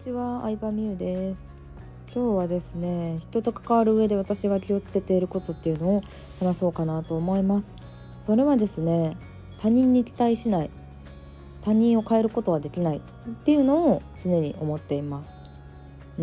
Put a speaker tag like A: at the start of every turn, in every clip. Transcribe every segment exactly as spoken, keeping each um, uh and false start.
A: ちは、相葉美優です。今日はですね、人と関わる上で私が気をつけていることっていうのを話そうかなと思います。それはですね、他人に期待しない、他人を変えることはできないっていうのを常に思っています。うん、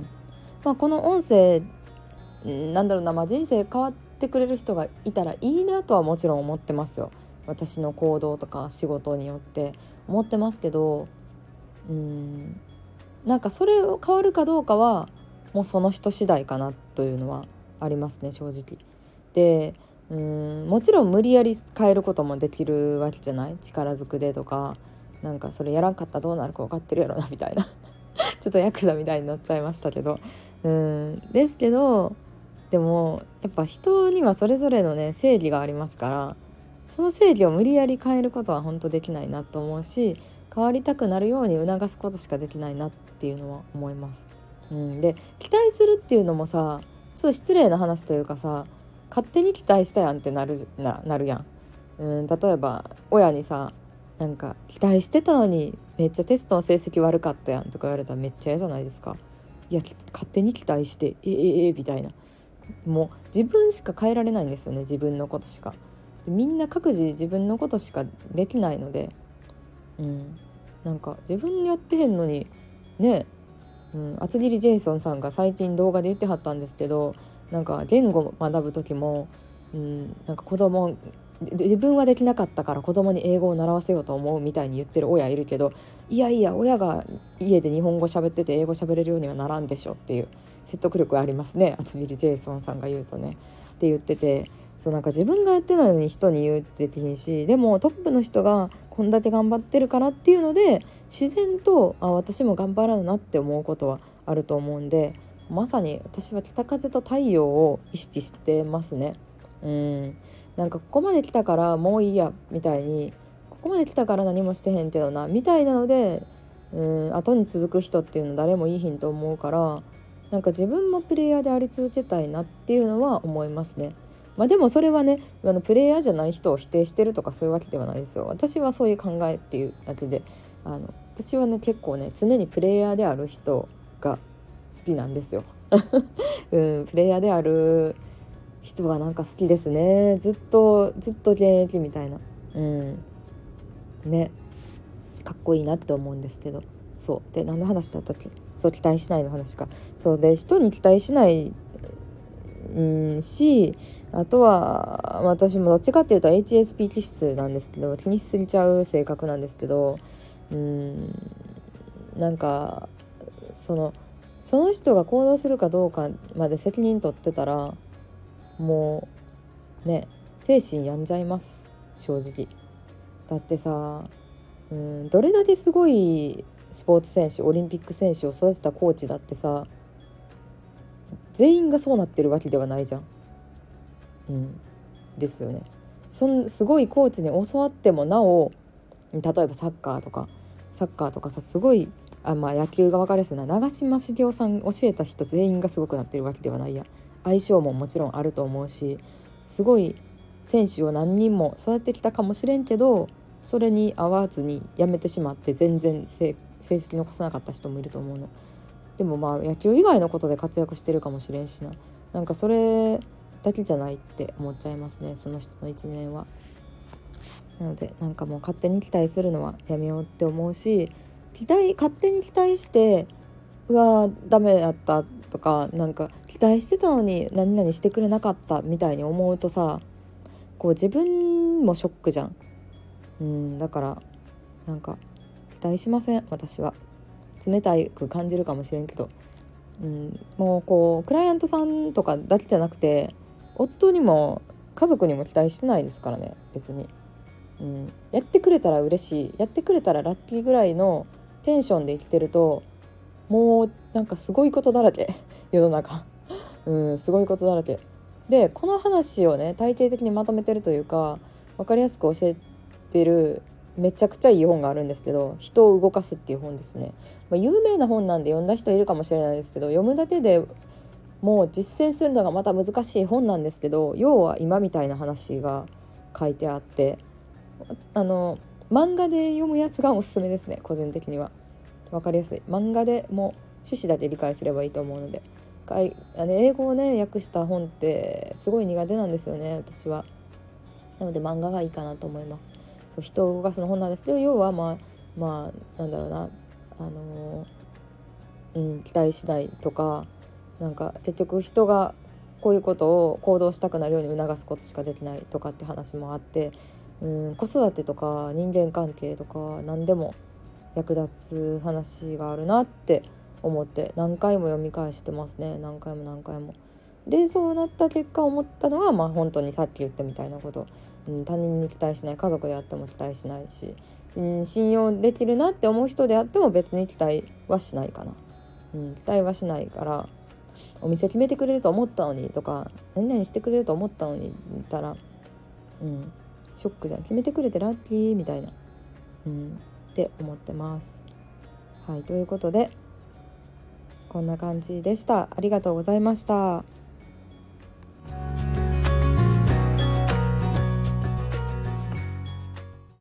A: まあ、この音声なんだろうな、まあ、人生変わってくれる人がいたらいいなとはもちろん思ってますよ。私の行動とか仕事によって思ってますけど、うーんなんかそれを変わるかどうかはもうその人次第かなというのはありますね、正直。で、うーんもちろん無理やり変えることもできるわけじゃない。力ずくでとか、なんかそれやらんかったらどうなるか分かってるやろなみたいなちょっとヤクザみたいになっちゃいましたけど、うーんですけど、でもやっぱ人にはそれぞれのね正義がありますから、その正義を無理やり変えることは本当できないなと思うし、変わりたくなるように促すことしかできないなっていうのは思います。うん、で期待するっていうのもさ、ちょっと失礼な話というかさ、勝手に期待したやんってなるななるやん。うん、例えば親にさ、なんか期待してたのにめっちゃテストの成績悪かったやんとか言われたらめっちゃ嫌じゃないですか。いや勝手に期待してえええみたいな。もう自分しか変えられないんですよね、自分のことしか。でみんな各自自分のことしかできないので、うん、なんか自分にやってへんのにね、うん、厚切りジェイソンさんが最近動画で言ってはったんですけど、なんか言語を学ぶ時も、うん、なんか子供自分はできなかったから子供に英語を習わせようと思うみたいに言ってる親いるけど、いやいや親が家で日本語喋ってて英語喋れるようにはならんでしょっていう説得力ありますね、厚切りジェイソンさんが言うとねって言ってて、そうなんか自分がやってないのに人に言うってできんし、でもトップの人がこんだけ頑張ってるからっていうので自然とあ私も頑張らなって思うことはあると思うんで、まさに私は北風と太陽を意識してますね。うんなんかここまで来たからもういいやみたいに、ここまで来たから何もしてへんけどなみたいなので、うん後に続く人っていうの誰もいいひんと思うから、なんか自分もプレイヤーであり続けたいなっていうのは思いますね。まあでもそれはね、あのプレイヤーじゃない人を否定してるとかそういうわけではないですよ。私はそういう考えっていうだけで、あの私はね結構ね常にプレイヤーである人が好きなんですよ、うん、プレイヤーである人がなんか好きですね。ずっとずっと現役みたいな、うんね、かっこいいなって思うんですけど。そうで何の話だったっけ。そう期待しないの話か。そうで人に期待しないうんし、あとは私もどっちかっていうと エイチエスピー 気質なんですけど、気にしすぎちゃう性格なんですけど、うんなんかそのその人が行動するかどうかまで責任取ってたらもうね精神病んじゃいます、正直。だってさ、うんどれだけすごいスポーツ選手、オリンピック選手を育てたコーチだってさ、全員がそうなってるわけではないじゃん。うんですよね。そんすごいコーチに教わってもなお、例えばサッカーとかサッカーとかさ、すごいあ、まあ、野球が分かりやすいな、長嶋茂雄さん教えた人全員がすごくなってるわけではないや。相性ももちろんあると思うし、すごい選手を何人も育ててきたかもしれんけど、それに合わずに辞めてしまって全然成成績残さなかった人もいると思うの。でもまあ野球以外のことで活躍してるかもしれんしな、なんかそれだけじゃないって思っちゃいますね、その人の一面は。なのでなんかもう勝手に期待するのはやめようって思うし、期待勝手に期待してうわーダメだったとか、なんか期待してたのに何々してくれなかったみたいに思うとさ、こう自分もショックじゃん。うんだからなんか期待しません、私は。冷たく感じるかもしれんけど、うん、もうこうクライアントさんとかだけじゃなくて夫にも家族にも期待してないですからね、別に。うん、やってくれたら嬉しい、やってくれたらラッキーぐらいのテンションで生きてると、もうなんかすごいことだらけ世の中うんすごいことだらけで、この話をね体系的にまとめてるというか分かりやすく教えてるめちゃくちゃいい本があるんですけど、人を動かすっていう本ですね。まあ、有名な本なんで読んだ人いるかもしれないですけど、読むだけでもう実践するのがまた難しい本なんですけど、要は今みたいな話が書いてあって、あの漫画で読むやつがおすすめですね、個人的には。 分かりやすい。漫画でもう趣旨だけ理解すればいいと思うので、かいあの英語をね訳した本ってすごい苦手なんですよね、私は。なので漫画がいいかなと思います。そう、人を動かすの本なんですけど、要はまあまあなんだろうな、あのー、うん、期待しないとか、なんか結局人がこういうことを行動したくなるように促すことしかできないとかって話もあって、うん、子育てとか人間関係とか何でも役立つ話があるなって思って何回も読み返してますね。何回も何回も。でそうなった結果思ったのは、まあ本当にさっき言ったみたいなこと、うん、他人に期待しない、家族であっても期待しないし、うん、信用できるなって思う人であっても別に期待はしないかな、うん、期待はしないから、お店決めてくれると思ったのにとか、何々してくれると思ったのに言ったら、うん、ショックじゃん、決めてくれてラッキーみたいな、うん、って思ってます。はい、ということでこんな感じでした。ありがとうございました。